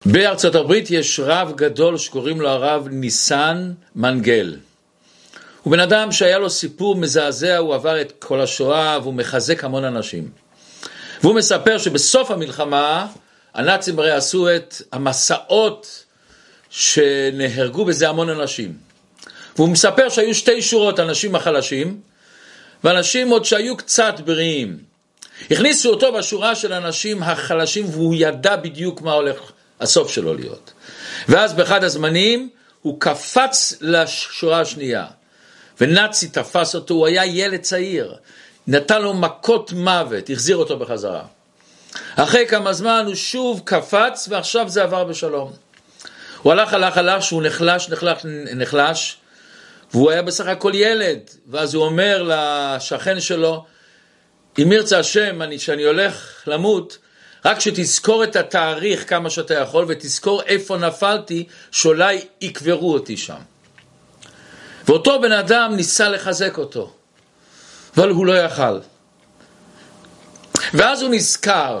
בארצות הברית יש רב גדול שקוראים לו הרב ניסן מנגל. הוא בן אדם שהיה לו סיפור מזעזע, הוא עבר את כל השואה והוא מחזק המון אנשים. והוא מספר שבסוף המלחמה הנאצים הרי עשו את המסעות שנהרגו בזה המון אנשים. והוא מספר שהיו שתי שורות, אנשים החלשים ואנשים עוד שהיו קצת בריאים. הכניסו אותו בשורה של אנשים החלשים והוא ידע בדיוק מה הולך הסוף שלו להיות. ואז באחד הזמנים הוא קפץ לשורה השנייה ונאצי תפס אותו, הוא היה ילד צעיר, נתן לו מכות מוות, החזיר אותו בחזרה. אחרי כמה זמן הוא שוב קפץ ועכשיו זה עבר בשלום. הוא הלך שהוא נחלש והוא היה בסך הכל ילד. ואז הוא אומר לשכן שלו, אם ירצה השם שאני הולך למות, רק שתזכור את התאריך כמה שאתה יכול ותזכור איפה נפלתי, שאולי יקברו אותי שם. ואותו בן אדם ניסה לחזק אותו, אבל הוא לא יכל. ואז הוא נזכר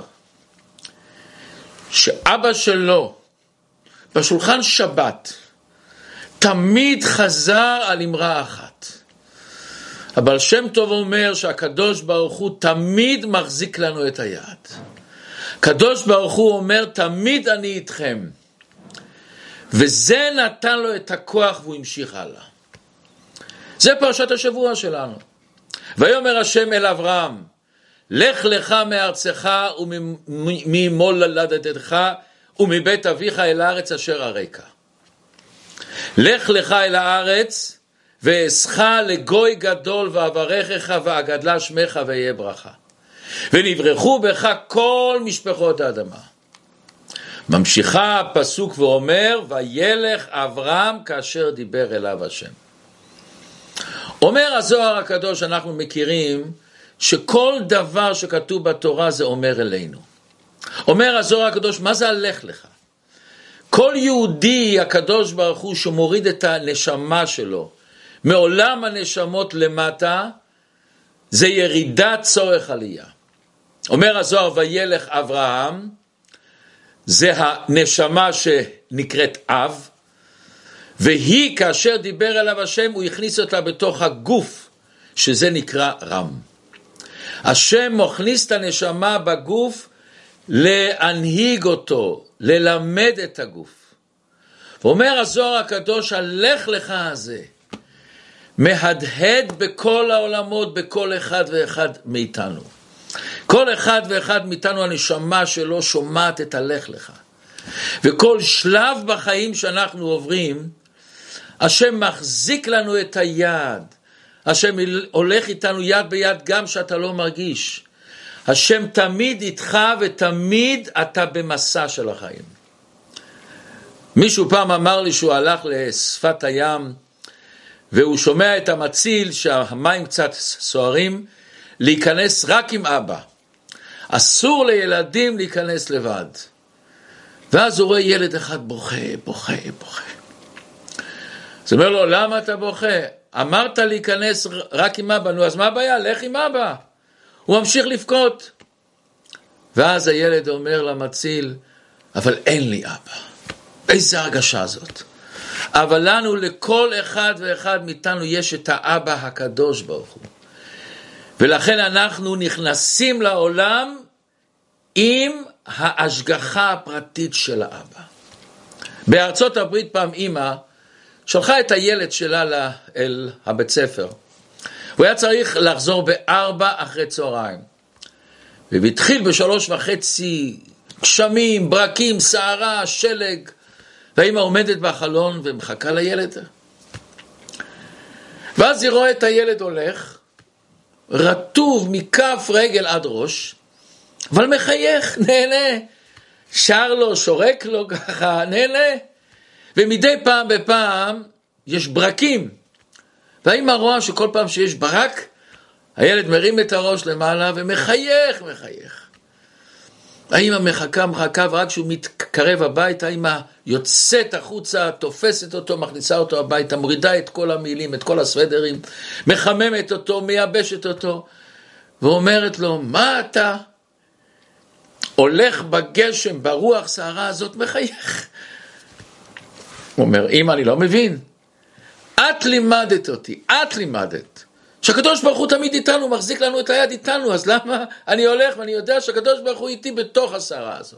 שאבא שלו בשולחן שבת תמיד חזר על אמרה אחת. אבל שם טוב אומר שהקדוש ברוך הוא תמיד מחזיק לנו את היד. הקדוש ברוך הוא אומר תמיד אני איתכם. וזה נתן לו את הכוח והוא המשיך הלאה. זה פרשת השבוע שלנו. ויאמר השם אל אברהם, לך לך מארצך וממולדתך ומבית אביך אל הארץ אשר אראך. לך לך אל הארץ ואעשך לגוי גדול ואברכך ואגדלה שמך ויהיה ברכה. ונברכו בך כל משפחות האדמה. ממשיכה הפסוק ואומר, וילך אברהם כאשר דיבר אליו השם. אומר הזוהר הקדוש, אנחנו מכירים שכל דבר שכתוב בתורה זה אומר אלינו. אומר הזוהר הקדוש, מה זה הלך לך? כל יהודי הקדוש ברוך הוא שמוריד את הנשמה שלו מעולם הנשמות למטה, זה ירידת צורך עלייה. אומר הזוהר, וילך אברהם, זה הנשמה שנקראת אב, והיא כאשר דיבר אליו השם, הוא הכניס אותה בתוך הגוף, שזה נקרא רם. השם מכניס את הנשמה בגוף, להנהיג אותו, ללמד את הגוף. ואומר הזוהר הקדוש, הלך לך הזה, מהדהד בכל העולמות, בכל אחד ואחד מאיתנו. כל אחד ואחד מאיתנו הנשמה שלו שומעת את הלך לך. וכל שלב בחיים שאנחנו עוברים, השם מחזיק לנו את היד. השם הולך איתנו יד ביד גם שאתה לא מרגיש. השם תמיד איתך ותמיד אתה במסע של החיים. מישהו פעם אמר לי שהוא הלך לשפת הים, והוא שומע את המציל שהמים קצת סוערים, להיכנס רק עם אבא. אסור לילדים להיכנס לבד. ואז הוא רואה ילד אחד בוכה. אז הוא אומר לו, למה אתה בוכה? אמרת להיכנס רק עם אבא, נו אז מה הבעיה? לך עם אבא. הוא ממשיך לבכות. ואז הילד אומר למציל, אבל אין לי אבא. איזה הרגשה זאת. אבל לנו, לכל אחד ואחד מאיתנו, יש את האבא הקדוש ברוך הוא. ולכן אנחנו נכנסים לעולם עם ההשגחה הפרטית של האבא. בארצות הברית פעם אמא שלחה את הילד שלה אל הבית ספר. הוא היה צריך לחזור ב4 אחרי צהריים. והתחיל ב3:30, גשמים, ברקים, סערה, שלג. והאמא עומדת בחלון ומחכה לילד. ואז היא רואה את הילד הולך, רטוב מכף רגל עד ראש, אבל מחייך, נהנה, שר לו, שורק לו ככה, נהנה. ומדי פעם בפעם יש ברקים. והאמא רואה שכל פעם שיש ברק, הילד מרים את הראש למעלה ומחייך. האמא מחכה, ורק כשהוא מתקרב הביתה, האמא יוצאת החוצה, תופסת אותו, מכניסה אותו הביתה, מורידה את כל המילים, את כל הסוודרים, מחממת אותו, מייבשת אותו, ואומרת לו, מה אתה? הולך בגשם, ברוח סערה הזאת, מחייך. הוא אומר, אמא, אני לא מבין. את לימדת אותי, את לימדת. שהקדוש ברוך הוא תמיד איתנו, מחזיק לנו את היד איתנו, אז למה אני הולך ואני יודע שהקדוש ברוך הוא איתי בתוך הסערה הזאת?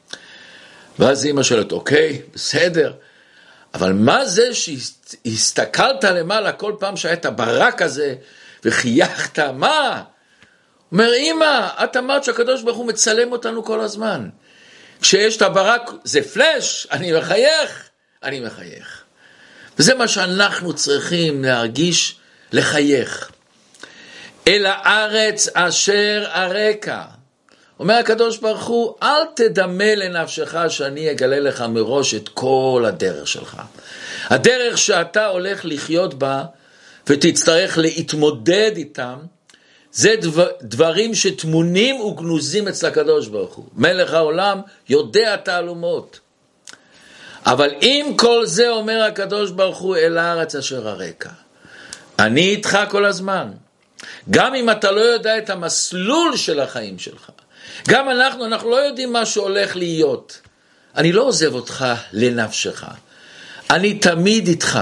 ואז אמא שואלת, אוקיי, בסדר, אבל מה זה שהסתכלת למעלה כל פעם שהיה את הברק הזה וחייכת, מה? הוא אומר, אמא, את אמרת שהקדוש ברוך הוא מצלם אותנו כל הזמן. כשיש את הברק, זה פלש, אני מחייך, אני מחייך. וזה מה שאנחנו צריכים להרגיש, לחייך. אל הארץ אשר אראך. אומר הקדוש ברוך הוא, אל תדמה לנפשך שאני אגלה לך מראש את כל הדרך שלך. הדרך שאתה הולך לחיות בה, ותצטרך להתמודד איתם, זה דברים שתמונים וגנוזים אצל הקדוש ברוך הוא. מלך העולם יודע תעלומות. אבל עם כל זה אומר הקדוש ברוך הוא, אל הארץ אשר אראך. אני איתך כל הזמן. גם אם אתה לא יודע את המסלול של החיים שלך. גם אנחנו לא יודעים מה שהולך להיות. אני לא עוזב אותך לנפשך. אני תמיד איתך.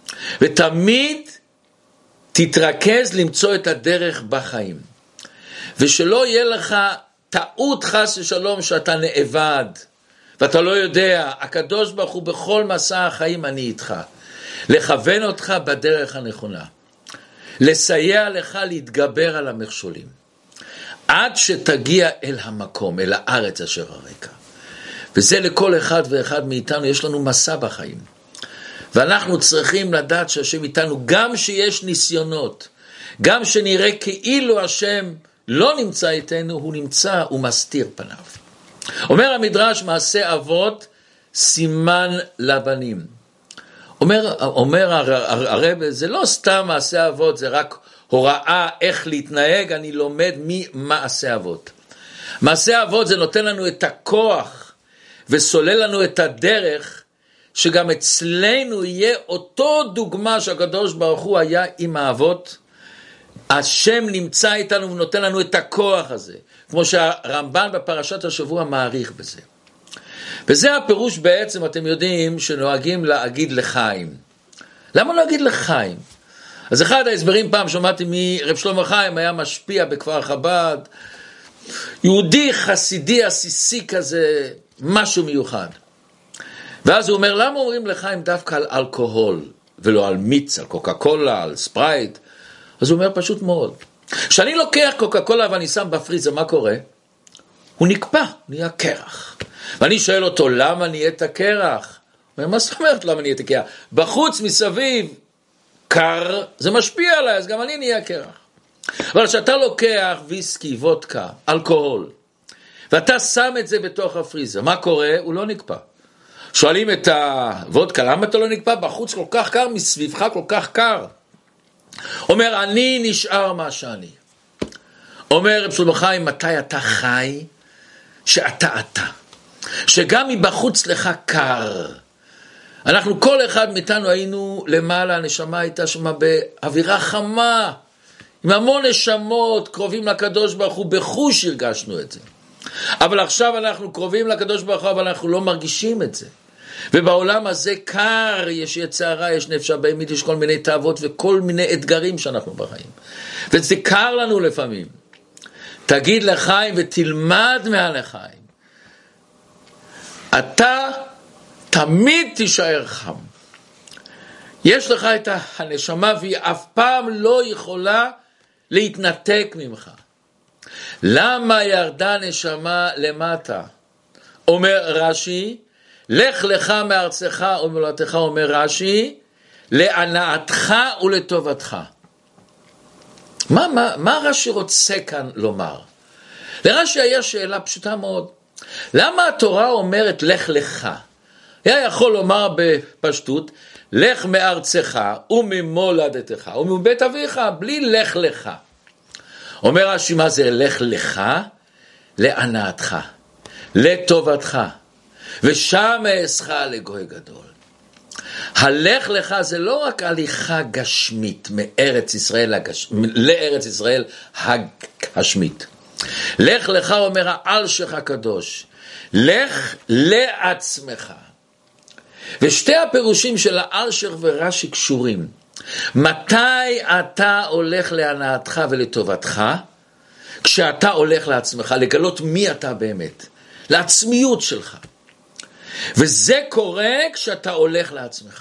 ותמיד תתרכז למצוא את הדרך בחיים. ושלא יהיה לך טעות חס ושלום שאתה נאבד. ואתה לא יודע, הקדוש ברוך הוא בכל מסע החיים אני איתך. לכוון אותך בדרך הנכונה. לסייע לך להתגבר על המכשולים. עד שתגיע אל המקום, אל הארץ אשר אראך. וזה לכל אחד ואחד מאיתנו, יש לנו מסע בחיים. ואנחנו צריכים לדעת שהשם איתנו, גם שיש ניסיונות, גם שנראה כאילו השם לא נמצא איתנו, הוא נמצא, הוא מסתיר פניו. אומר המדרש, מעשה אבות, סימן לבנים. אומר הרב, זה לא סתם מעשה אבות, זה רק הוראה איך להתנהג, אני לומד ממעשה אבות. מעשה אבות זה נותן לנו את הכוח, וסולל לנו את הדרך, שגם אצלנו יהיה אותו דוגמה שהקדוש ברוך הוא היה עם האבות. השם נמצא איתנו ונותן לנו את הכוח הזה, כמו שהרמב"ן בפרשת השבוע מעריך בזה. וזה הפירוש בעצם, אתם יודעים, שנוהגים להגיד לחיים. למה לא להגיד לחיים? אז אחד ההסברים פעם שמעתי מרב שלמה חיים, היה משפיע בכפר חב"ד, יהודי חסידי עסיסי כזה, משהו מיוחד. ואז הוא אומר, למה אומרים לחיים דווקא על אלכוהול, ולא על מיץ, על קוקה קולה, על ספרייט? אז הוא אומר פשוט מאוד. כשאני לוקח קוקה קולה ואני שם בפריזר, מה קורה? הוא נקפא, נהיה קרח. ואני שואל אותו, למה נהיית קרח? הוא אומר, מה זאת אומרת למה נהיית קרח? בחוץ מסביב קר, זה משפיע עליי, אז גם אני נהיה קרח. אבל כשאתה לוקח ויסקי, וודקה, אלכוהול, ואתה שם את זה בתוך הפריזר, מה קורה? הוא לא נקפא. שואלים את הוודקה, למה אתה לא נקפא? בחוץ כל כך קר, מסביבך כל כך קר. אומר, אני נשאר מה שאני. אומר רב שלמה חיים, מתי אתה חי? שאתה אתה. שגם מבחוץ לך קר. אנחנו כל אחד מאיתנו היינו למעלה, הנשמה הייתה שמה באווירה חמה, עם המון נשמות, קרובים לקדוש ברוך הוא, בחוש הרגשנו את זה. אבל עכשיו אנחנו קרובים לקדוש ברוך הוא, אבל אנחנו לא מרגישים את זה. ובעולם הזה קר, יש יצרה, יש נפש הבהמית, יש כל מיני תאוות וכל מיני אתגרים שאנחנו בחיים. וזה קר לנו לפעמים. תגיד לחיים ותלמד מהלחיים. אתה תמיד תישאר חם. יש לך את הנשמה והיא אף פעם לא יכולה להתנתק ממך. למה ירדה נשמה למטה? אומר רש"י, לך לך מארצך וממולדתך, אומר רש"י, להנאתך ולטובתך. מה רש"י רוצה כאן לומר? לרש"י היה שאלה פשוטה מאוד. למה התורה אומרת לך לך? היה יכול לומר בפשטות, לך מארצך וממולדתך ומבית אביך, בלי לך לך. אומר רש"י, מה זה לך לך? להנאתך, לטובתך, ושם אעשך לגוי גדול. הלך לך זה לא רק הליכה גשמית מארץ ישראל לארץ ישראל הגשמית. לך לך אומר האלשיך הקדוש, לך לעצמך. ושתי הפירושים של האלשיך ורש"י קשורים. מתי אתה הולך להנאתך ולטובתך? כשאתה הולך לעצמך, לגלות מי אתה באמת, לעצמיות שלך. וזה קורה כשאתה הולך לעצמך.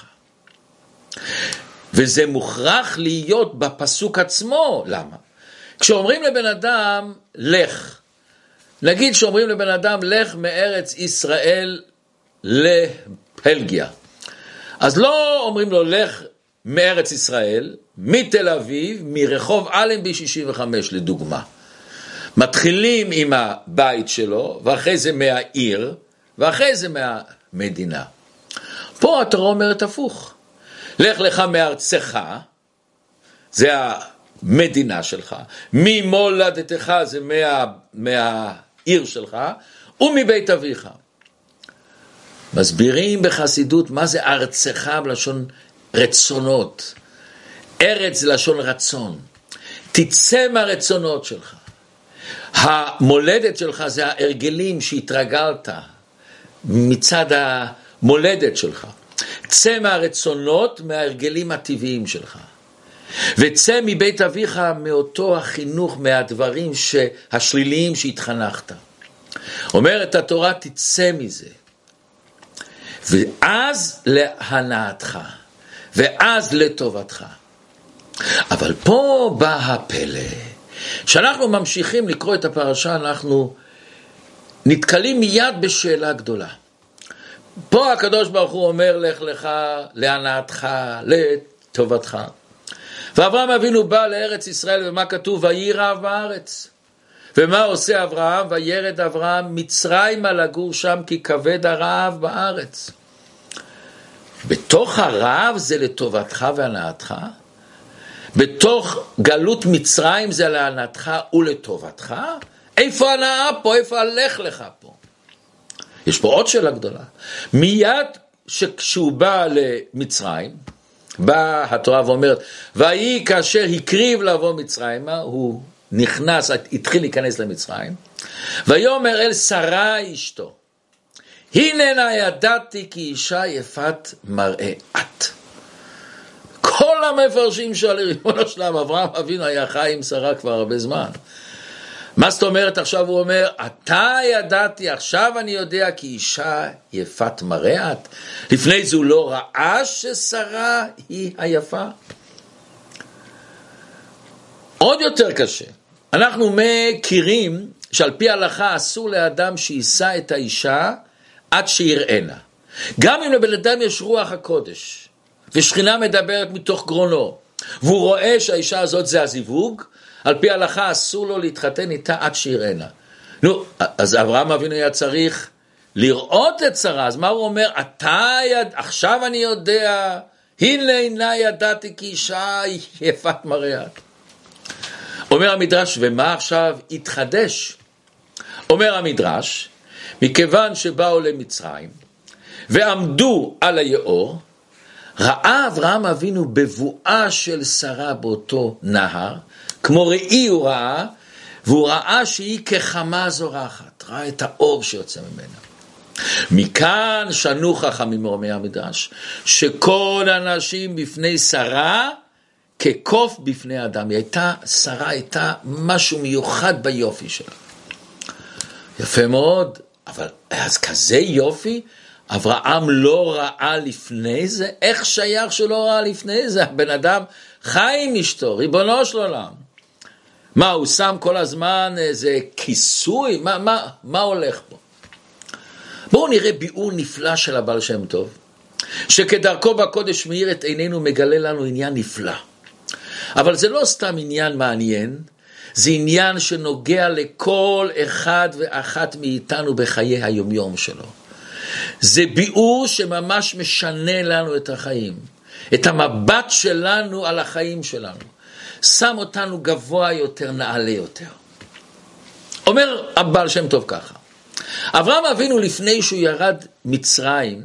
וזה מוכרח להיות בפסוק עצמו. למה? כשאומרים לבן אדם, לך. נגיד שאומרים לבן אדם, לך מארץ ישראל לפלגיה. אז לא אומרים לו, לך מארץ ישראל, מתל אביב, מרחוב אלנבי 65 לדוגמה. מתחילים עם הבית שלו, ואחרי זה מהעיר, ואחרי זה מהמדינה. פה התורה אומרת הפוך. לך לך מארצך, זה המדינה שלך, ממולדתך זה מהעיר שלך, ומבית אביך. מסבירים בחסידות מה זה ארצך בלשון רצונות. ארץ זה לשון רצון. תצא מהרצונות שלך. המולדת שלך זה ההרגלים שהתרגלת מצד המולדת שלך. צא מהרצונות, מההרגלים הטבעיים שלך. וצא מבית אביך מאותו החינוך, מהדברים השליליים שהתחנכת. אומרת התורה, תצא מזה. ואז להנאתך, ואז לטובתך. אבל פה בא הפלא. כשאנחנו ממשיכים לקרוא את הפרשה, אנחנו נתקלים מיד בשאלה גדולה. פה הקדוש ברוך הוא אומר, לך לך להנאתך, לטובתך. ואברהם אבינו בא לארץ ישראל, ומה כתוב? ויהי רעב בארץ. ומה עושה אברהם? וירד אברהם מצרימה לגור שם, כי כבד הרעב בארץ. בתוך הרעב זה לטובתך והנאתך. בתוך גלות מצרים זה להנאתך ולטובתך. איפה הנאה פה? איפה הלך לך פה? יש פה עוד שאלה גדולה. מיד כשהוא בא למצרים, באה התורה ואומרת, ויהי כאשר הקריב לבוא מצרימה, הוא נכנס, התחיל להיכנס למצרים, ויאמר אל שרה אשתו, הננה ידעתי כי אישה יפת מראה את. כל המפרשים שואלים, ריבונו של עולם, אברהם אבינו היה חי עם שרה כבר הרבה זמן. מה זאת אומרת? עכשיו הוא אומר, אתה ידעתי, עכשיו אני יודע כי אישה יפת מראה את. לפני זה הוא לא ראה ששרה היא היפה. עוד יותר קשה. אנחנו מכירים שעל פי ההלכה אסור לאדם שישא את האישה עד שיראנה. גם אם לבן אדם יש רוח הקודש, ושכינה מדברת מתוך גרונו, והוא רואה שהאישה הזאת זה הזיווג, על פי ההלכה אסור לו להתחתן איתה עד שיראנה. נו, אז אברהם אבינו היה צריך לראות את שרה, אז מה הוא אומר? עכשיו אני יודע, הנה ידעתי כי אישה יפת מראה את. אומר המדרש, ומה עכשיו התחדש? אומר המדרש, מכיוון שבאו למצרים, ועמדו על היאור, ראה אברהם אבינו בבואה של שרה באותו נהר, כמו ראי הוא ראה, והוא ראה שהיא כחמה זורחת, ראה את האור שיוצא ממנה. מכאן שנו חכמים מרומי המדרש, שכל האנשים בפני שרה, כקוף בפני אדם. שרה הייתה משהו מיוחד ביופי שלה. יפה מאוד, אבל אז כזה יופי, אברהם לא ראה לפני זה? איך שייך שלא ראה לפני זה? הבן אדם חי עם אשתו, ריבונו של עולם. מה, הוא שם כל הזמן איזה כיסוי? מה הולך פה? בואו נראה ביאור נפלא של הבעל שם טוב, שכדרכו בקודש מאיר את עינינו, מגלה לנו עניין נפלא. אבל זה לא סתם עניין מעניין, זה עניין שנוגע לכל אחד ואחת מאיתנו בחיי היומיום שלו. זה ביאור שממש משנה לנו את החיים, את המבט שלנו על החיים שלנו, שם אותנו גבוה יותר, נעלה יותר. אומר הבעל שם טוב ככה, אברהם אבינו לפני שהוא ירד מצרים,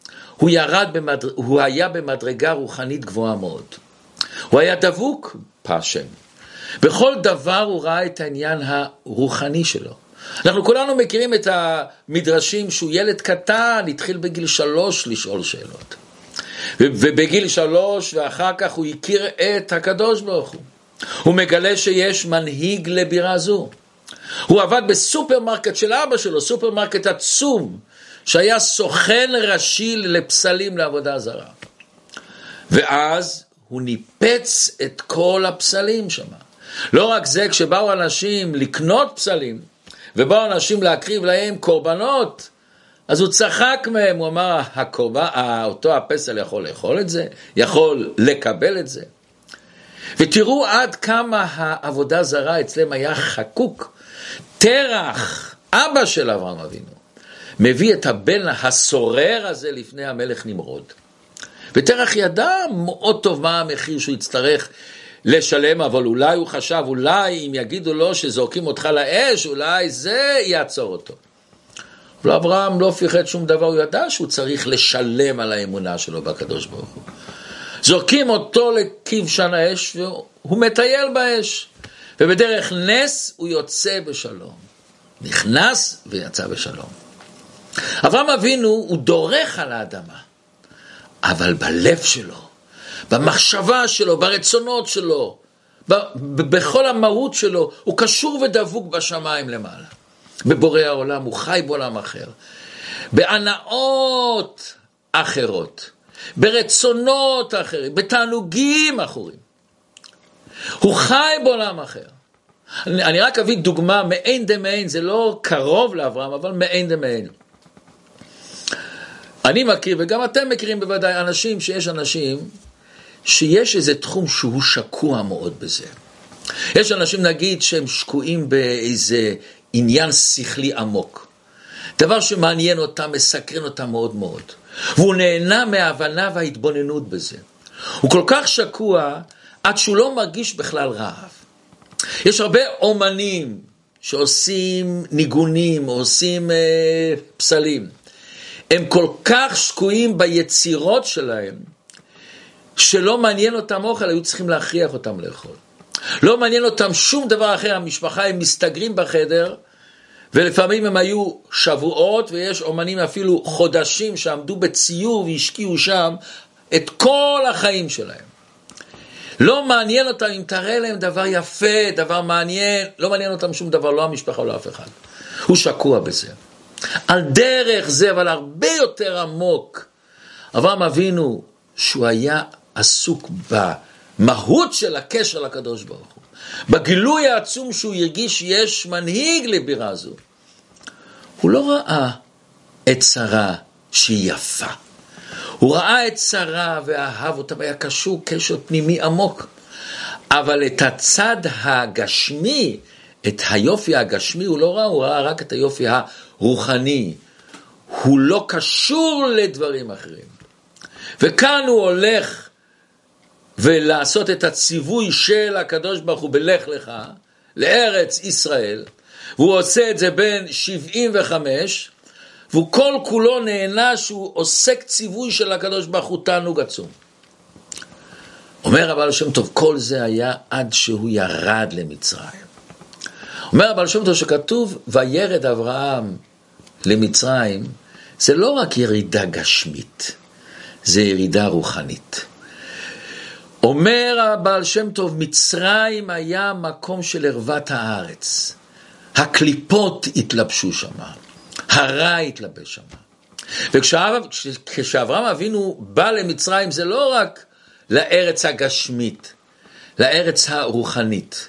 הוא היה במדרגה רוחנית גבוהה מאוד. הוא היה דבוק בהשם. בכל דבר הוא ראה את העניין הרוחני שלו. אנחנו כולנו מכירים את המדרשים שהוא ילד קטן, התחיל בגיל 3 לשאול שאלות. ובגיל 3 ואחר כך הוא הכיר את הקדוש ברוך הוא. הוא מגלה שיש מנהיג לבירה זו. הוא עבד בסופרמרקט של אבא שלו, סופרמרקט עצום, שהיה סוכן ראשי לפסלים לעבודה זרה. ואז הוא ניפץ את כל הפסלים שם. לא רק זה, כשבאו אנשים לקנות פסלים, ובאו אנשים להקריב להם קורבנות, אז הוא צחק מהם, הוא אמר, אותו הפסל יכול לאכול את זה, יכול לקבל את זה. ותראו עד כמה העבודה זרה אצלם היה חקוק. תרח, אבא של אברהם אבינו, מביא את הבן הסורר הזה לפני המלך נמרוד. ותרח ידע מאוד טוב מה המחיר שהוא יצטרך לשלם, אבל אולי הוא חשב, אולי אם יגידו לו שזורקים אותך לאש, אולי זה יעצור אותו. אבל אברהם לא פיחד שום דבר, הוא ידע שהוא צריך לשלם על האמונה שלו בקדוש ברוך הוא. זורקים אותו לכבשן האש, והוא מטייל באש, ובדרך נס הוא יוצא בשלום. נכנס ויצא בשלום. אברהם אבינו הוא דורך על האדמה, אבל בלב שלו, במחשבה שלו, ברצונות שלו, בכל המהות שלו, הוא קשור ודבוק בשמיים למעלה. בבורא העולם, הוא חי בעולם אחר. בהנאות אחרות, ברצונות אחרים, בתענוגים אחרים. הוא חי בעולם אחר. אני רק אביא דוגמה מעין דמעין, זה לא קרוב לאברהם, אבל מעין דמעין. אני מכיר, וגם אתם מכירים בוודאי, שיש אנשים שיש איזה תחום שהוא שקוע מאוד בזה. יש אנשים נגיד שהם שקועים באיזה עניין שכלי עמוק. דבר שמעניין אותם, מסקרן אותם מאוד מאוד. והוא נהנה מההבנה וההתבוננות בזה. הוא כל כך שקוע עד שהוא לא מרגיש בכלל רעב. יש הרבה אומנים שעושים ניגונים, עושים פסלים. הם כל כך שקועים ביצירות שלהם, שלא מעניין אותם אוכל, היו צריכים להכריח אותם לאכול. לא מעניין אותם שום דבר אחר, המשפחה הם מסתגרים בחדר, ולפעמים הם היו שבועות, ויש אומנים אפילו חודשים שעמדו בציור והשקיעו שם את כל החיים שלהם. לא מעניין אותם אם תראה להם דבר יפה, דבר מעניין, לא מעניין אותם שום דבר, לא המשפחה, לא אף אחד. הוא שקוע בזה. על דרך זה, אבל הרבה יותר עמוק. אברהם אבינו, שהוא היה עסוק במהות של הקשר לקדוש ברוך הוא, בגילוי העצום שהוא ירגיש שיש מנהיג לבירה זו, הוא לא ראה את שרה שהיא יפה. הוא ראה את שרה ואהב אותה, והיה קשור קשר פנימי עמוק. אבל את הצד הגשמי, את היופי הגשמי הוא לא ראה, הוא ראה רק את היופי הרוחני. הוא לא קשור לדברים אחרים. וכאן הוא הולך ולעשות את הציווי של הקדוש ברוך הוא בלך לך, לארץ ישראל, והוא עושה את זה בין 75, והוא כל כולו נהנה שהוא עוסק ציווי של הקדוש ברוך הוא, תענוג עצום. אומר הבעל שם טוב, כל זה היה עד שהוא ירד למצרים. אומר הבעל שם טוב שכתוב, וירד אברהם למצרים, זה לא רק ירידה גשמית, זה ירידה רוחנית. אומר הבעל שם טוב, מצרים היה מקום של ערוות הארץ. הקליפות התלבשו שם, הרע התלבש שם. וכשאברהם אבינו בא למצרים, זה לא רק לארץ הגשמית, לארץ הרוחנית.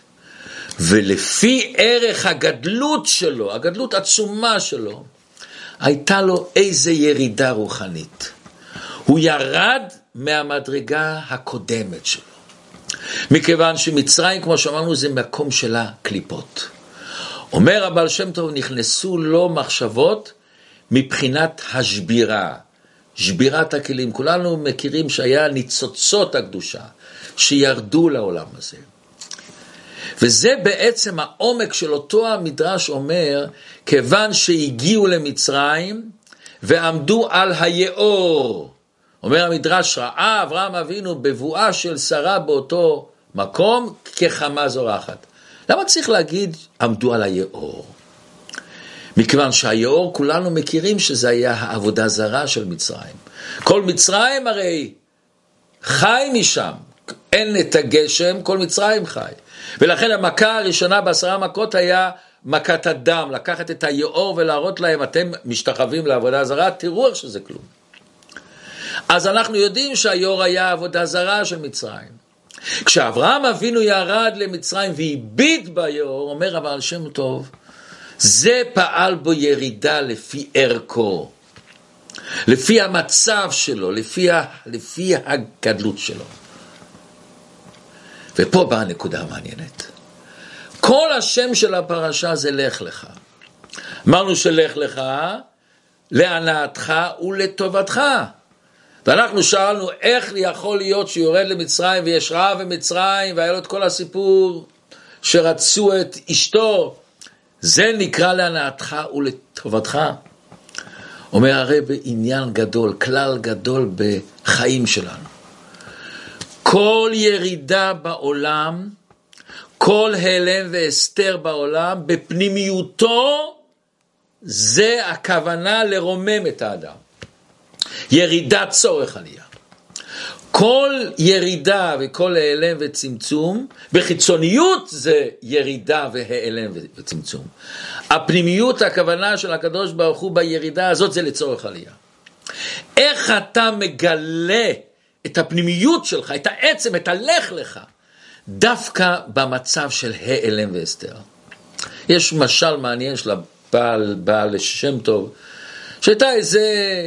ולפי ערך הגדלות שלו, הגדלות עצומה שלו, הייתה לו איזה ירידה רוחנית. הוא ירד מהמדרגה הקודמת שלו. מכיוון שמצרים, כמו שאמרנו, זה מקום של הקליפות. אומר הבעל שם טוב, נכנסו לו מחשבות מבחינת השבירה, שבירת הכלים. כולנו מכירים שהיה ניצוצות הקדושה שירדו לעולם הזה. וזה בעצם העומק של אותו המדרש אומר, כיוון שהגיעו למצרים ועמדו על היאור. אומר המדרש, ראה אברהם אבינו בבואה של שרה באותו מקום כחמה זורחת. למה צריך להגיד עמדו על היאור? מכיוון שהיאור כולנו מכירים שזה היה העבודה זרה של מצרים. כל מצרים הרי חי משם, אין את הגשם, כל מצרים חי. ולכן המכה הראשונה ב10 מכות היה מכת הדם, לקחת את היאור ולהראות להם, אתם משתחווים לעבודה זרה, תראו איך שזה כלום. אז אנחנו יודעים שהיאור היה עבודה זרה של מצרים. כשאברהם אבינו ירד למצרים והביט ביאור, אומר אבל שם טוב, זה פעל בו ירידה לפי ערכו, לפי המצב שלו, לפי הגדלות שלו. ופה באה הנקודה המעניינת. כל השם של הפרשה זה לך לך. אמרנו שלך לך, להנאתך ולטובתך. ואנחנו שאלנו איך יכול להיות שיורד למצרים ויש רעב במצרים והיה לו את כל הסיפור שרצו את אשתו. זה נקרא להנאתך ולטובתך. אומר הרי בעניין גדול, כלל גדול בחיים שלנו. כל ירידה בעולם, כל הלם והסתר בעולם, בפנימיותו זה הכוונה לרומם את האדם. ירידת צורך עלייה. כל ירידה וכל העלם וצמצום, בחיצוניות זה ירידה והעלם וצמצום. הפנימיות, הכוונה של הקדוש ברוך הוא בירידה הזאת זה לצורך עלייה. איך אתה מגלה את הפנימיות שלך, את העצם, את הלך לך, דווקא במצב של העלם והסתר. יש משל מעניין של בעל שם טוב, שהייתה איזה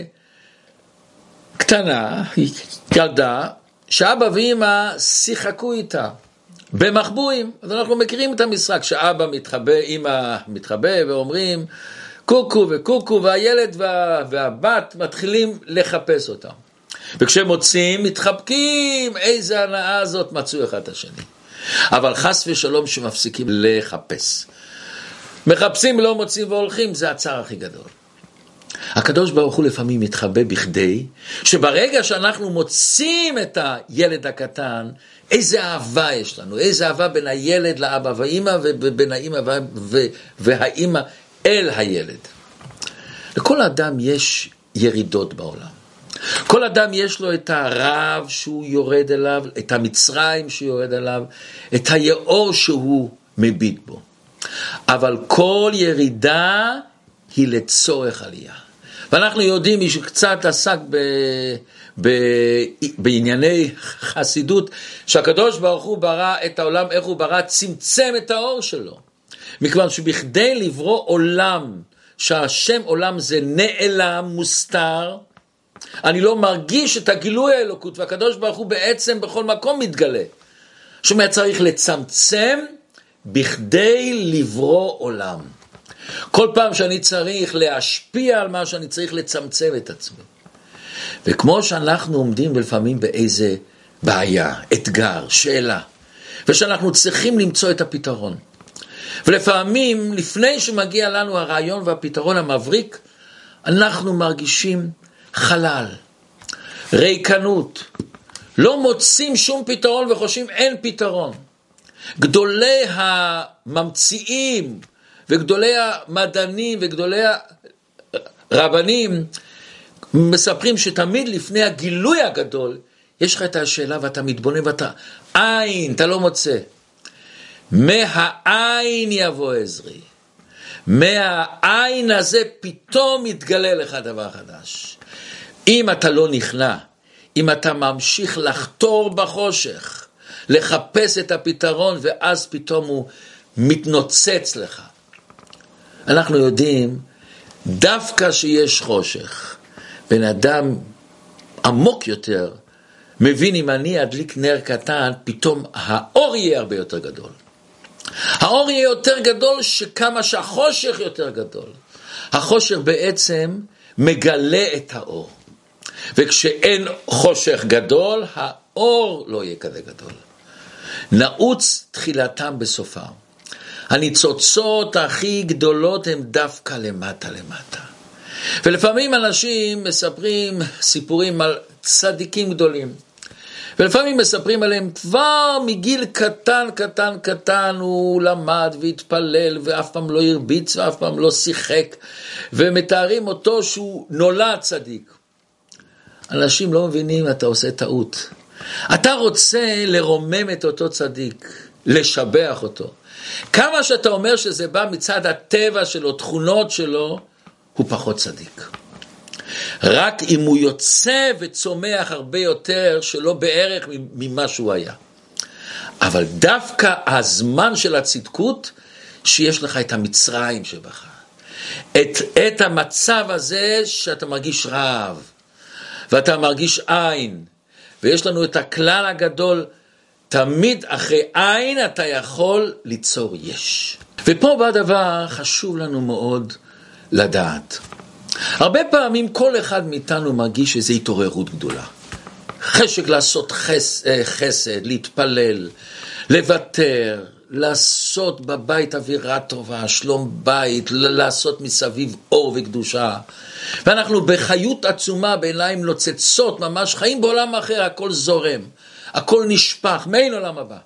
קטנה, ילדה, שאבא ואמא שיחקו איתה במחבואים. אז אנחנו מכירים את המשחק, שאבא מתחבא, אמא מתחבא ואומרים קוקו וקוקו, והילד והבת מתחילים לחפש אותם. וכשהם מוצאים, מתחבקים, איזה הנאה הזאת, מצאו אחד את השני. אבל חס ושלום שמפסיקים לחפש. מחפשים, לא מוצאים והולכים, זה הצער הכי גדול. הקדוש ברוך הוא לפעמים מתחבא בכדי, שברגע שאנחנו מוצאים את הילד הקטן, איזה אהבה יש לנו, איזה אהבה בין הילד לאבא ואמא, ובין האמא והאמא אל הילד. לכל אדם יש ירידות בעולם. כל אדם יש לו את הרעב שהוא יורד אליו, את המצרים שהוא יורד אליו, את היאור שהוא מביט בו. אבל כל ירידה היא לצורך עלייה. ואנחנו יודעים, מי שקצת עסק בענייני חסידות, שהקדוש ברוך הוא ברא את העולם, איך הוא ברא, צמצם את האור שלו. מכיוון שבכדי לברוא עולם, שהשם עולם זה נעלם, מוסתר, אני לא מרגיש את הגילוי האלוקות, והקדוש ברוך הוא בעצם בכל מקום מתגלה. שומע, צריך לצמצם בכדי לברוא עולם. כל פעם שאני צריך להשפיע על מה שאני צריך לצמצם את עצמי. וכמו שאנחנו עומדים לפעמים באיזה בעיה, אתגר, שאלה, ושאנחנו צריכים למצוא את הפתרון. ולפעמים, לפני שמגיע לנו הרעיון והפתרון המבריק, אנחנו מרגישים חלל, ריקנות, לא מוצאים שום פתרון וחושבים אין פתרון. גדולי הממציאים וגדולי המדענים וגדולי הרבנים מספרים שתמיד לפני הגילוי הגדול יש לך את השאלה ואתה מתבונן ואתה עין, אתה לא מוצא. מהעין יבוא עזרי. מהעין הזה פתאום מתגלה לך דבר חדש. אם אתה לא נכנע, אם אתה ממשיך לחתור בחושך, לחפש את הפתרון ואז פתאום הוא מתנוצץ לך. אנחנו יודעים, דווקא שיש חושך, בן אדם עמוק יותר, מבין אם אני אדליק נר קטן, פתאום האור יהיה הרבה יותר גדול. האור יהיה יותר גדול שכמה שהחושך יותר גדול. החושך בעצם מגלה את האור. וכשאין חושך גדול, האור לא יהיה כזה גדול. נעוץ תחילתם בסופם. הניצוצות הכי גדולות הן דווקא למטה למטה. ולפעמים אנשים מספרים סיפורים על צדיקים גדולים. ולפעמים מספרים עליהם, כבר מגיל קטן הוא למד והתפלל, ואף פעם לא הרביץ, ואף פעם לא שיחק, ומתארים אותו שהוא נולד צדיק. אנשים לא מבינים, אתה עושה טעות. אתה רוצה לרומם את אותו צדיק, לשבח אותו. כמה שאתה אומר שזה בא מצד הטבע שלו, תכונות שלו, הוא פחות צדיק. רק אם הוא יוצא וצומח הרבה יותר, שלא בערך ממה שהוא היה. אבל דווקא הזמן של הצדקות, שיש לך את המצרים שבך. את המצב הזה שאתה מרגיש רעב, ואתה מרגיש עין, ויש לנו את הכלל הגדול, תמיד אחרי עין אתה יכול ליצור יש. ופה בא דבר חשוב לנו מאוד לדעת. הרבה פעמים כל אחד מאיתנו מרגיש איזו התעוררות גדולה. חשק לעשות חסד, להתפלל, לוותר, לעשות בבית אווירה טובה, שלום בית, לעשות מסביב אור וקדושה. ואנחנו בחיות עצומה, בעיניים נוצצות, ממש חיים בעולם אחר, הכל זורם, הכל נשפך, מאין עולם הבא.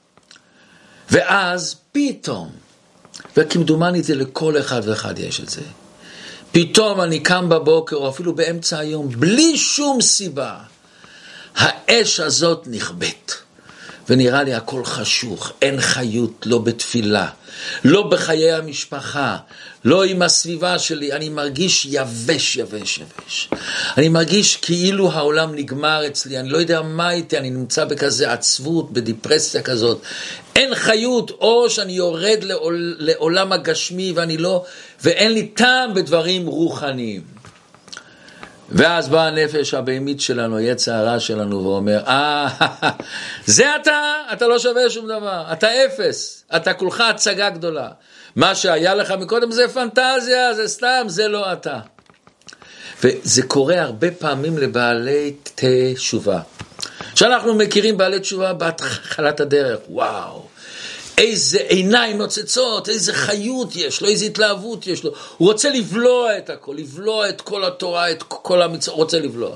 ואז פתאום, וכמדומני זה לכל אחד ואחד יש את זה, פתאום אני קם בבוקר, או אפילו באמצע היום, בלי שום סיבה, האש הזאת נכבט. ונראה לי הכל חשוך, אין חיות, לא בתפילה, לא בחיי המשפחה, לא עם הסביבה שלי, אני מרגיש יבש. אני מרגיש כאילו העולם נגמר אצלי, אני לא יודע מה איתי, אני נמצא בכזה עצבות, בדיפרסיה כזאת, אין חיות, או שאני יורד לעולם הגשמי ואין לי טעם בדברים רוחניים. ואז באה הנפש הבהמית שלנו, יצר הרע שלנו, ואומר, זה אתה לא שווה שום דבר, אתה אפס, אתה כולך הצגה גדולה. מה שהיה לך מקודם זה פנטזיה, זה סתם, זה לא אתה. וזה קורה הרבה פעמים לבעלי תשובה. שאנחנו מכירים בעלי תשובה בהתחלת הדרך, וואו, איזה עיניים נוצצות, איזה חיות יש לו, איזה התלהבות יש לו. הוא רוצה לבלוע את הכל, לבלוע את כל התורה, את כל המצוות, רוצה לבלוע.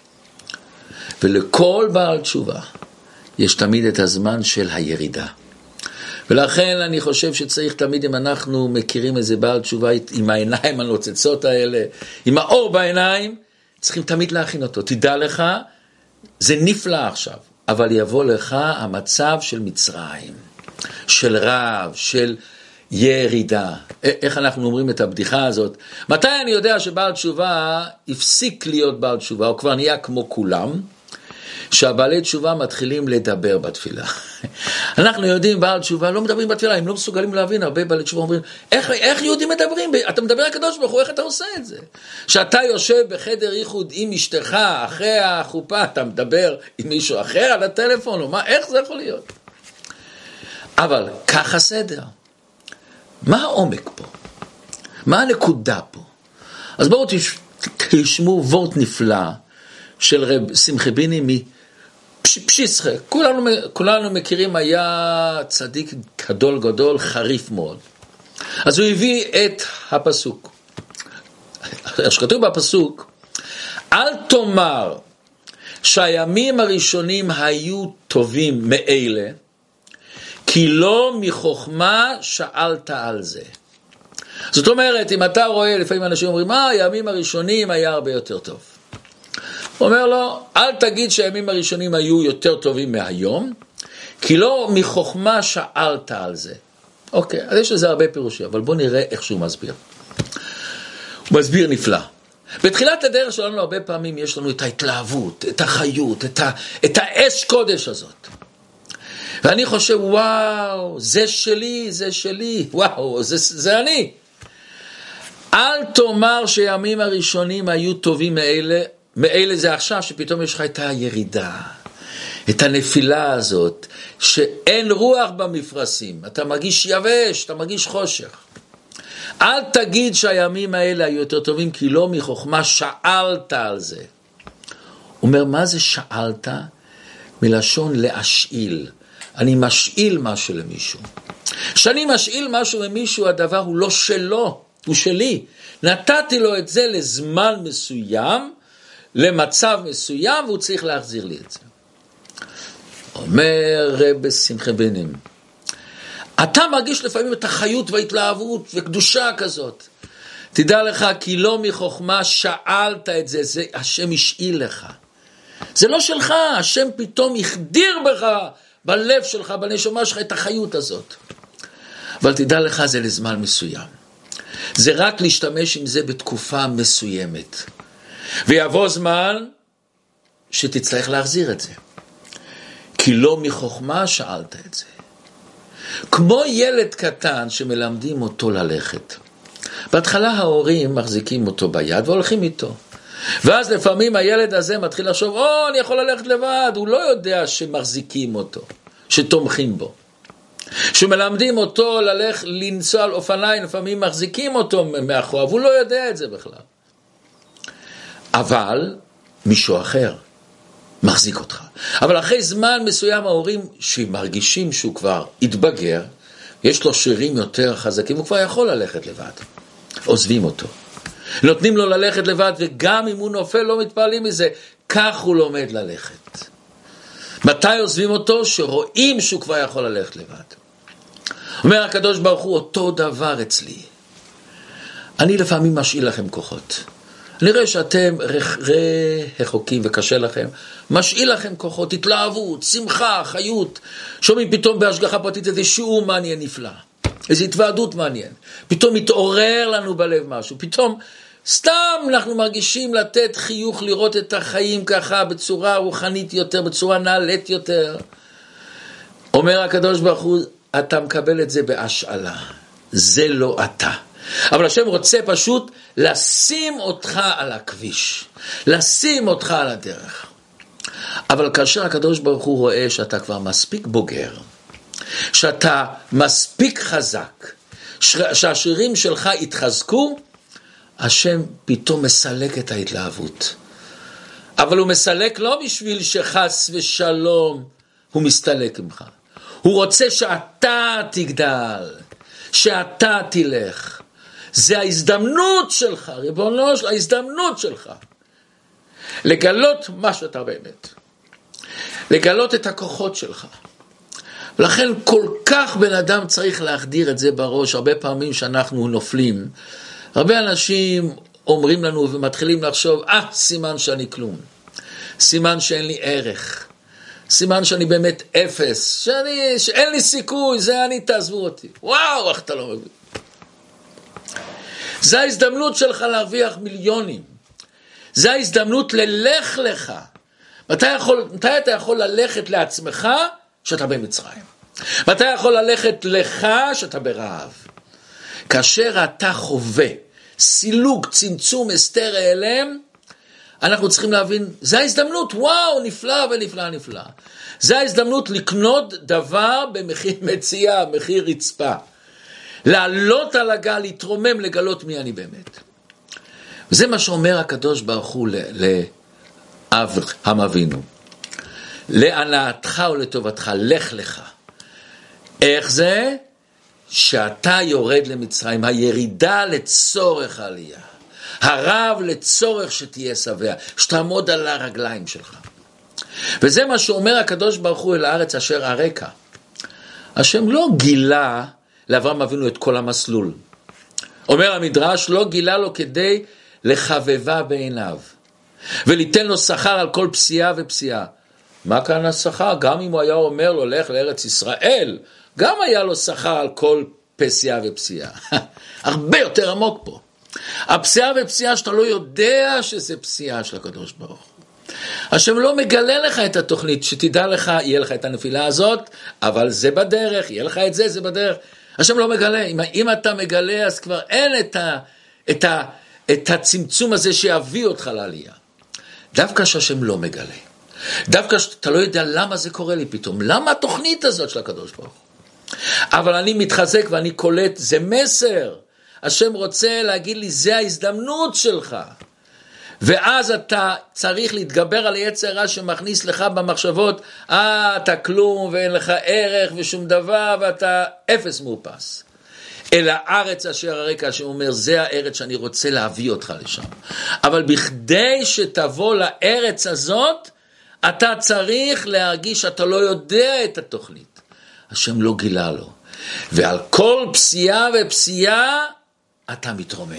ולכל בעל תשובה יש תמיד את הזמן של הירידה. ולכן אני חושב שצריך תמיד, אם אנחנו מכירים איזה בעל תשובה עם העיניים הנוצצות האלה, עם האור בעיניים, צריכים תמיד להכין אותו. תדע לך, זה נפלא עכשיו, אבל יבוא לך המצב של מצרים. של רב, של ירידה. איך אנחנו אומרים את הבדיחה הזאת? מתי אני יודע שבעל תשובה הפסיק להיות בעל תשובה, הוא כבר נהיה כמו כולם, שהבעלי תשובה מתחילים לדבר בתפילה. אנחנו יודעים, בעל תשובה לא מדברים בתפילה, הם לא מסוגלים להבין, הרבה בעלי תשובה אומרים, איך יהודים מדברים? אתה מדבר הקדוש ברוך הוא, איך אתה עושה את זה? שאתה יושב בחדר ייחוד עם אשתך, אחרי החופה, אתה מדבר עם מישהו אחר על הטלפון, או מה, איך זה יכול להיות? אבל ככה סדר. מה העומק פה? מה הנקודה פה? אז בואו תשמעו וורט נפלא של רב שמחה ביני מפשיסחה. כולנו מכירים, היה צדיק גדול, חריף מאוד. אז הוא הביא את הפסוק. שכתוב בפסוק, אל תאמר שהימים הראשונים היו טובים מאלה, כי לא מחוכמה שאלת על זה. זאת אומרת, אם אתה רואה, לפעמים אנשים אומרים, הימים הראשונים היה הרבה יותר טוב. הוא אומר לו, אל תגיד שהימים הראשונים היו יותר טובים מהיום, כי לא מחוכמה שאלת על זה. אוקיי, אז יש לזה הרבה פירושים, אבל בואו נראה איך שהוא מסביר. הוא מסביר נפלא. בתחילת הדרך שלנו הרבה פעמים יש לנו את ההתלהבות, את החיות, את האש קודש הזאת. ואני חושב, וואו, זה שלי, וואו, זה אני. אל תאמר שימים הראשונים היו טובים מאלה זה עכשיו, שפתאום יש לך את הירידה, את הנפילה הזאת, שאין רוח במפרשים, אתה מרגיש יבש, אתה מרגיש חושך. אל תגיד שהימים האלה היו יותר טובים, כי לא מחוכמה שאלת על זה. הוא אומר, מה זה שאלת? מלשון להשאיל. אני משאיל משהו למישהו. כשאני משאיל משהו למישהו, הדבר הוא לא שלו, הוא שלי. נתתי לו את זה לזמן מסוים, למצב מסוים, והוא צריך להחזיר לי את זה. אומר רב שמחה בונים, אתה מרגיש לפעמים את החיות וההתלהבות וקדושה כזאת. תדע לך, כי לא מחוכמה שאלת את זה, זה השם השאיל לך. זה לא שלך, השם פתאום יחדיר בך, בלב שלך, בנשמה שלך, את החיות הזאת. אבל תדע לך, זה לזמן מסוים. זה רק להשתמש עם זה בתקופה מסוימת. ויבוא זמן שתצטרך להחזיר את זה. כי לא מחוכמה שאלת את זה. כמו ילד קטן שמלמדים אותו ללכת. בהתחלה ההורים מחזיקים אותו ביד והולכים איתו. ואז לפעמים הילד הזה מתחיל לחשוב, אני יכול ללכת לבד. הוא לא יודע שמחזיקים אותו, שתומכים בו. שמלמדים אותו לנסוע על אופניים, לפעמים מחזיקים אותו מאחור, והוא לא יודע את זה בכלל. אבל מישהו אחר מחזיק אותך. אבל אחרי זמן מסוים ההורים שמרגישים שהוא כבר התבגר, יש לו שרירים יותר חזקים, הוא כבר יכול ללכת לבד. עוזבים אותו. נותנים לו ללכת לבד, וגם אם הוא נופל לא מתפעלים מזה, כך הוא לומד ללכת. מתי עוזבים אותו? שרואים שהוא כבר יכול ללכת לבד. אומר הקדוש ברוך הוא, אותו דבר אצלי. אני לפעמים משאיל לכם כוחות. אני רואה שאתם רחוקים וקשה לכם, משאיל לכם כוחות, התלהבות, שמחה, חיות. שומעים פתאום בהשגחה פרטית איזה שיעור מעניין נפלא. איזו התוועדות מעניין. פתאום מתעורר לנו בלב משהו. פתאום סתם אנחנו מרגישים לתת חיוך, לראות את החיים ככה בצורה רוחנית יותר, בצורה נעלית יותר. אומר הקדוש ברוך הוא, אתה מקבל את זה בהשאלה. זה לא אתה. אבל השם רוצה פשוט לשים אותך על הכביש. לשים אותך על הדרך. אבל כאשר הקדוש ברוך הוא רואה שאתה כבר מספיק בוגר, שאתה מספיק חזק, שהשרירים שלך יתחזקו, השם פתאום מסלק את ההתלהבות. אבל הוא מסלק לא בשביל שחס ושלום הוא מסתלק ממך. הוא רוצה שאתה תגדל, שאתה תלך. זה ההזדמנות שלך, ריבונו של ההזדמנות שלך. לגלות מה שאתה באמת. לגלות את הכוחות שלך. ולכן כל כך בן אדם צריך להחדיר את זה בראש. הרבה פעמים שאנחנו נופלים, הרבה אנשים אומרים לנו ומתחילים לחשוב, סימן שאני כלום. סימן שאין לי ערך. סימן שאני באמת אפס. שאין לי סיכוי, זה אני, תעזבו אותי. וואו, איך אתה לא מבין. זה ההזדמנות שלך להרוויח מיליונים. זה ההזדמנות ללך לך. מתי אתה יכול ללכת לעצמך שאתה במצרים? מתי יכול ללכת לך שאתה ברעב? כאשר אתה חווה סילוק, צמצום, הסתר, העלם, אנחנו צריכים להבין, זה ההזדמנות, וואו, נפלא ונפלא נפלא. זה ההזדמנות לקנות דבר במחיר מציאה, מחיר רצפה. לעלות על הגל, להתרומם, לגלות מי אני באמת. וזה מה שאומר הקדוש ברוך הוא לאברהם אבינו. להנאתך ולטובתך, לך לך. איך זה? שאתה יורד למצרים, הירידה לצורך העלייה. הרב לצורך שתהיה שבע, שתעמוד על הרגליים שלך. וזה מה שאומר הקדוש ברוך הוא אל הארץ אשר הרקע. השם לא גילה לאברהם אבינו את כל המסלול. אומר המדרש, לא גילה לו כדי לחבבה בעיניו. וליתן לו שכר על כל פסיעה ופסיעה. מה כאן השכר? גם אם הוא היה אומר לו, לך לארץ ישראל, גם היה לו שכר על כל פסיעה ופסיעה. הרבה יותר עמוק פה. הפסיעה ופסיעה שאתה לא יודע שזה פסיעה של הקדוש ברוך הוא. השם לא מגלה לך את התוכנית, שתדע לך, יהיה לך את הנפילה הזאת, אבל זה בדרך, יהיה לך את זה, זה בדרך. השם לא מגלה. אם אתה מגלה, אז כבר אין את הצמצום הזה שיביא אותך לעלייה. דווקא שהשם לא מגלה. דווקא שאתה לא יודע למה זה קורה לי פתאום. למה התוכנית הזאת של הקדוש ברוך הוא? אבל אני מתחזק ואני קולט, זה מסר. השם רוצה להגיד לי, זה ההזדמנות שלך. ואז אתה צריך להתגבר על היצר הרע שמכניס לך במחשבות, אתה כלום ואין לך ערך ושום דבר, ואתה אפס מאופס. אל הארץ אשר הרקע, שאומר, זה הארץ שאני רוצה להביא אותך לשם. אבל בכדי שתבוא לארץ הזאת, אתה צריך להרגיש שאתה לא יודע את התוכנית. השם לא גילה לו. ועל כל פסיעה ופסיעה אתה מתרומם.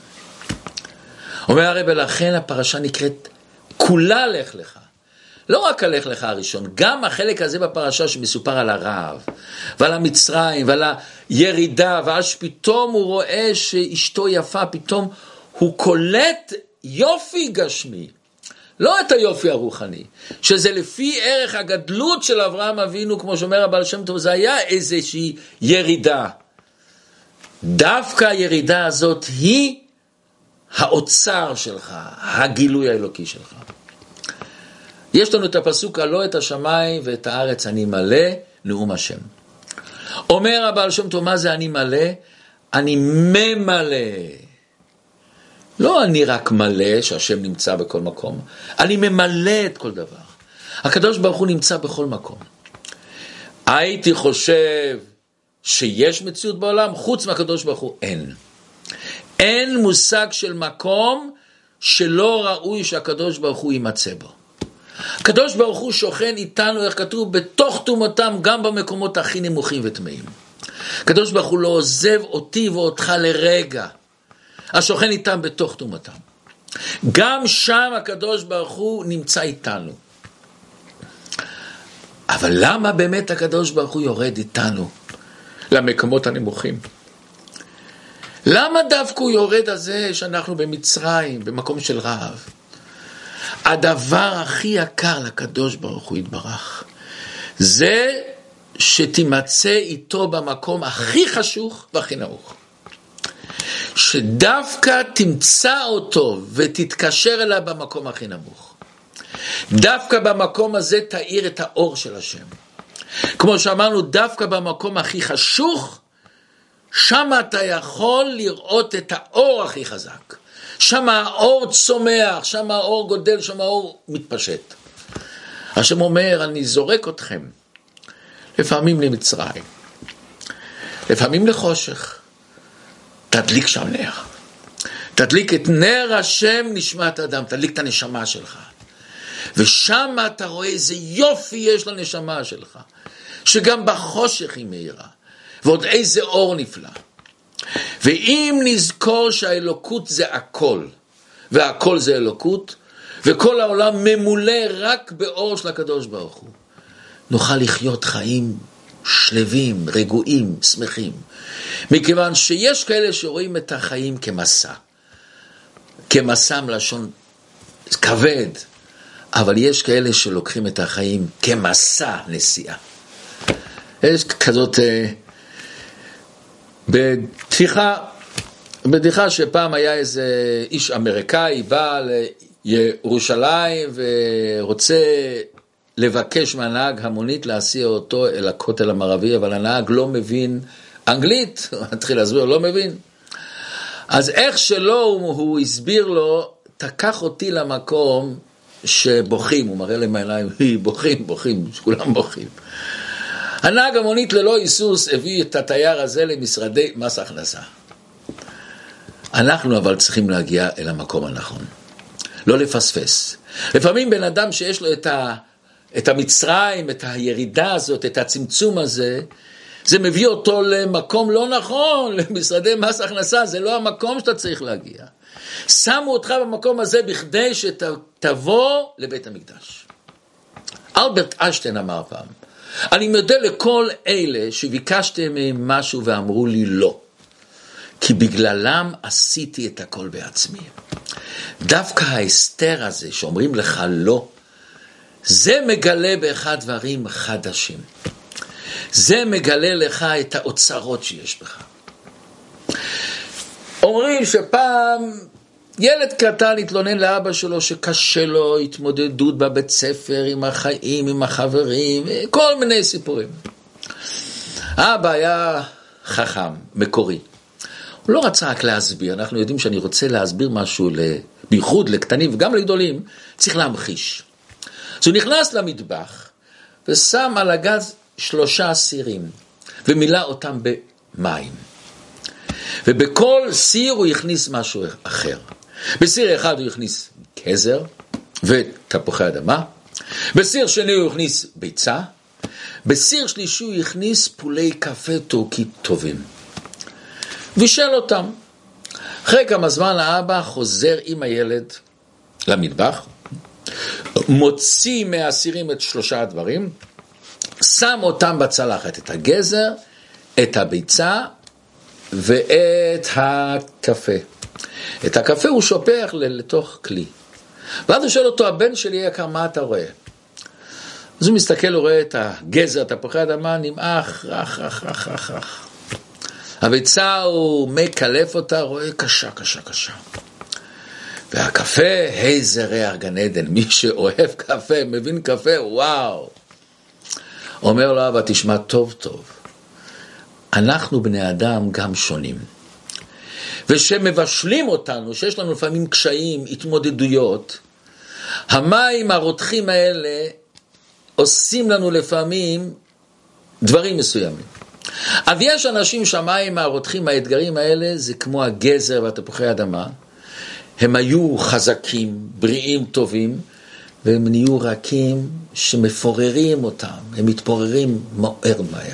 אומר הרב, לכן הפרשה נקראת כולה לך לך. לא רק הלך לך הראשון, גם החלק הזה בפרשה שמסופר על הרעב, ועל המצרים, ועל הירידה, ועל שפתאום הוא רואה שאשתו יפה, פתאום הוא קולט יופי גשמי. לא את היופי הרוחני, שזה לפי ערך הגדלות של אברהם אבינו, כמו שאומר הבעל שם טוב, זה היה איזושהי ירידה. דווקא הירידה הזאת היא האוצר שלך, הגילוי האלוקי שלך. יש לנו את הפסוק, לא את השמיים ואת הארץ אני מלא, נאום השם. אומר הבעל שם טוב, מה זה אני מלא? אני ממלא. לא אני רק מלא, שהשם נמצא בכל מקום, אני ממלא את כל דבר. הקדוש ברוך הוא נמצא בכל מקום. הייתי חושב שיש מציאות בעולם, חוץ מהקדוש ברוך הוא אין. אין מושג של מקום שלא ראוי שהקדוש ברוך הוא יימצא בו. הקדוש ברוך הוא שוכן איתנו, איך כתוב, בתוך תומתם, גם במקומות הכי נמוכים וטמאים. הקדוש ברוך הוא לא עוזב אותי ואותך לרגע. השוכן איתם בתוך תומתם. גם שם הקדוש ברוך הוא נמצא איתנו. אבל למה באמת הקדוש ברוך הוא יורד איתנו למקומות הנמוכים? למה דווקא הוא יורד על זה שאנחנו במצרים, במקום של רעב? הדבר הכי יקר לקדוש ברוך הוא יתברך, זה שתימצא איתו במקום הכי חשוך והכי נמוך. שדווקא תמצא אותו ותתקשר אליו במקום הכי נמוך. דווקא במקום הזה תאיר את האור של השם. כמו שאמרנו, דווקא במקום הכי חשוך, שם אתה יכול לראות את האור הכי חזק. שם האור צומח, שם האור גודל, שם האור מתפשט. השם אומר, אני זורק אתכם, לפעמים למצרים, לפעמים לחושך, תדליק שם נר. תדליק את נר השם נשמת אדם, תדליק את הנשמה שלך. ושם אתה רואה איזה יופי יש לנשמה שלך, שגם בחושך היא מהירה, ועוד איזה אור נפלא. ואם נזכור שהאלוקות זה הכל, והכל זה אלוקות, וכל העולם ממולא רק באור של הקדוש ברוך הוא, נוכל לחיות חיים שלווים, רגועים, שמחים. מכיוון שיש כאלה שרואים את החיים כמסע. כמסע מלשון כבד. אבל יש כאלה שלוקחים את החיים כמסע נסיעה. יש כזאת בדיחה שפעם היה איזה איש אמריקאי בא לירושלים ורוצה לבקש מהנהג המונית להסיע אותו אל הכותל המערבי, אבל הנהג לא מבין אנגלית, הוא התחיל להסביר, לא מבין. אז איך שלא הוא הסביר לו, תקח אותי למקום שבוכים, הוא מראה להם העיניים, בוכים, שכולם בוכים. הנהג המונית ללא היסוס הביא את התייר הזה למשרדי מס הכנסה. אנחנו אבל צריכים להגיע אל המקום הנכון, לא לפספס. לפעמים בן אדם שיש לו את המצרים, את הירידה הזאת, את הצמצום הזה, זה מביא אותו למקום לא נכון, למשרדי מס הכנסה, זה לא המקום שאתה צריך להגיע. שמו אותך במקום הזה בכדי שתבוא לבית המקדש. אלברט איינשטיין אמר פעם, אני מודה לכל אלה שביקשתם מהם משהו ואמרו לי לא, כי בגללם עשיתי את הכל בעצמי. דווקא ההסתר הזה שאומרים לך לא, זה מגלה בך דברים חדשים. זה מגלה לך את האוצרות שיש בך. אומרים שפעם ילד קטן התלונן לאבא שלו שקשה לו התמודדות בבית ספר, עם החיים, עם החברים, כל מיני סיפורים. האבא היה חכם, מקורי. הוא לא רצה רק להסביר, אנחנו יודעים שאני רוצה להסביר משהו, בייחוד לקטנים וגם לגדולים, צריך להמחיש. אז הוא נכנס למטבח ושם על הגז 3 סירים ומילא אותם במים. ובכל סיר הוא הכניס משהו אחר. בסיר אחד הוא הכניס גזר ותפוחי אדמה, בסיר שני הוא הכניס ביצה, בסיר שלישי הוא הכניס פולי קפה טורקי טובים. וישל אותם. אחרי כמה זמן האבא חוזר עם הילד למטבח, מוציא מהסירים את 3 הדברים, שם אותם בצלחת, את הגזר, את הביצה ואת הקפה. את הקפה הוא שופך לתוך כלי. ואז הוא שואל אותו, הבן שלי יקר, מה אתה רואה? אז הוא מסתכל, הוא רואה את הגזר, את תפוחי האדמה, נמעך, רך. הביצה הוא מקלף אותה, רואה קשה. והקפה, איזה ריח גן עדן, מי שאוהב קפה, מבין קפה, וואו. אומר לו אבא, תשמע טוב, אנחנו בני אדם גם שונים. ושמבשלים אותנו, שיש לנו לפעמים קשיים, התמודדויות, המים הרותחים האלה עושים לנו לפעמים דברים מסוימים. אז יש אנשים שהמים הרותחים, האתגרים האלה, זה כמו הגזר והתפוחי האדמה, הם היו חזקים, בריאים, טובים, והם נהיו רכים שמפוררים אותם, הם מתפוררים מהר.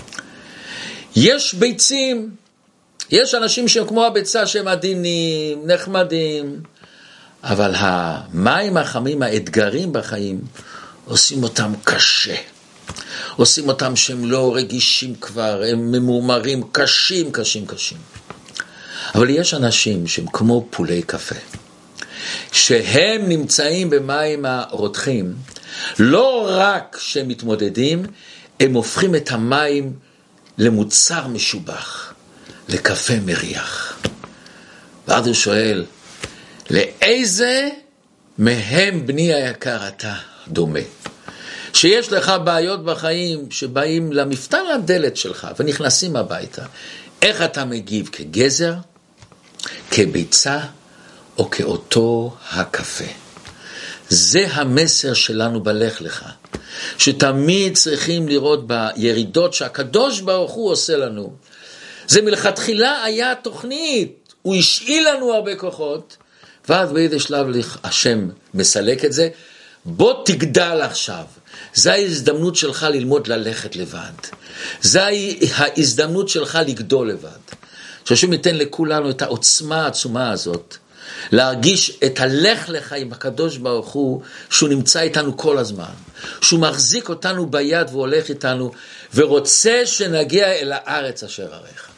יש ביצים, יש אנשים שהם כמו הביצה שהם עדינים, נחמדים, אבל המים החמים, האתגרים בחיים, עושים אותם קשה. עושים אותם שהם לא רגישים כבר, הם ממורמרים, קשים. אבל יש אנשים שהם כמו פולי קפה, שהם נמצאים במים הרותחים, לא רק שהם מתמודדים, הם הופכים את המים למוצר משובח, לקפה מריח. ואז הוא שואל, לאיזה מהם בני היקר אתה דומה? שיש לך בעיות בחיים שבאים למפתן הדלת שלך ונכנסים הביתה, איך אתה מגיב? כגזר, כביצה או כאותו הקפה? זה המסר שלנו בלך לך, שתמיד צריכים לראות בירידות שהקדוש ברוך הוא עושה לנו. זה מלכתחילה היה תוכנית, הוא השאיל לנו הרבה כוחות, ואז באיזה שלב השם מסלק את זה, בוא תגדל עכשיו. זו ההזדמנות שלך ללמוד ללכת לבד. זו ההזדמנות שלך לגדול לבד. שהשם ייתן לכולנו את העוצמה העצומה הזאת, להרגיש את הלך לך עם הקדוש ברוך הוא, שהוא נמצא איתנו כל הזמן, שהוא מחזיק אותנו ביד והולך איתנו, ורוצה שנגיע אל הארץ אשר ערך.